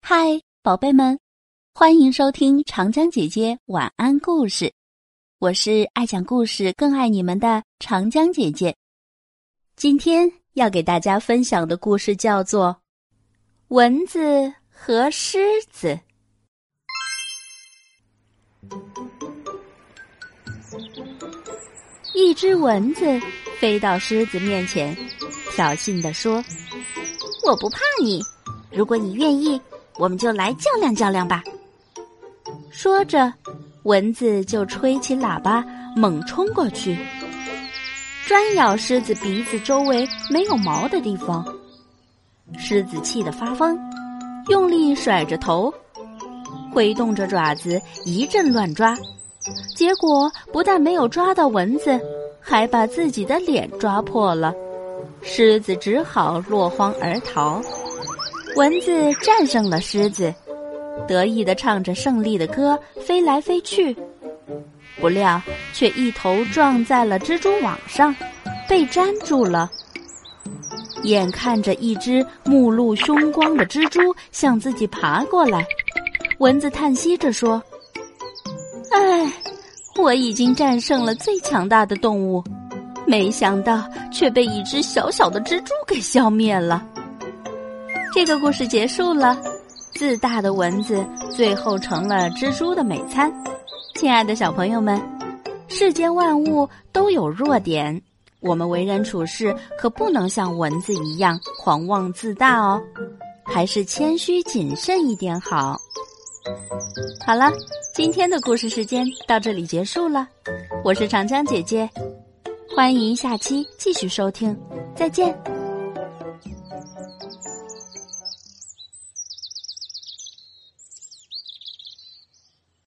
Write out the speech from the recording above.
嗨，宝贝们，欢迎收听长江姐姐晚安故事。我是爱讲故事更爱你们的长江姐姐。今天要给大家分享的故事叫做《蚊子和狮子》。一只蚊子飞到狮子面前，挑衅地说：我不怕你，如果你愿意，我们就来较量较量吧。说着，蚊子就吹起喇叭，猛冲过去，专咬狮子鼻子周围没有毛的地方。狮子气得发疯，用力甩着头，挥动着爪子一阵乱抓，结果不但没有抓到蚊子，还把自己的脸抓破了。狮子只好落荒而逃。蚊子战胜了狮子，得意地唱着胜利的歌，飞来飞去，不料却一头撞在了蜘蛛网上，被粘住了。眼看着一只目露凶光的蜘蛛向自己爬过来，蚊子叹息着说：唉，我已经战胜了最强大的动物，没想到却被一只小小的蜘蛛给消灭了。这个故事结束了，自大的蚊子最后成了蜘蛛的美餐。亲爱的小朋友们，世间万物都有弱点，我们为人处事可不能像蚊子一样狂妄自大哦，还是谦虚谨慎一点好。好了，今天的故事时间到这里结束了，我是长江姐姐，欢迎下期继续收听，再见。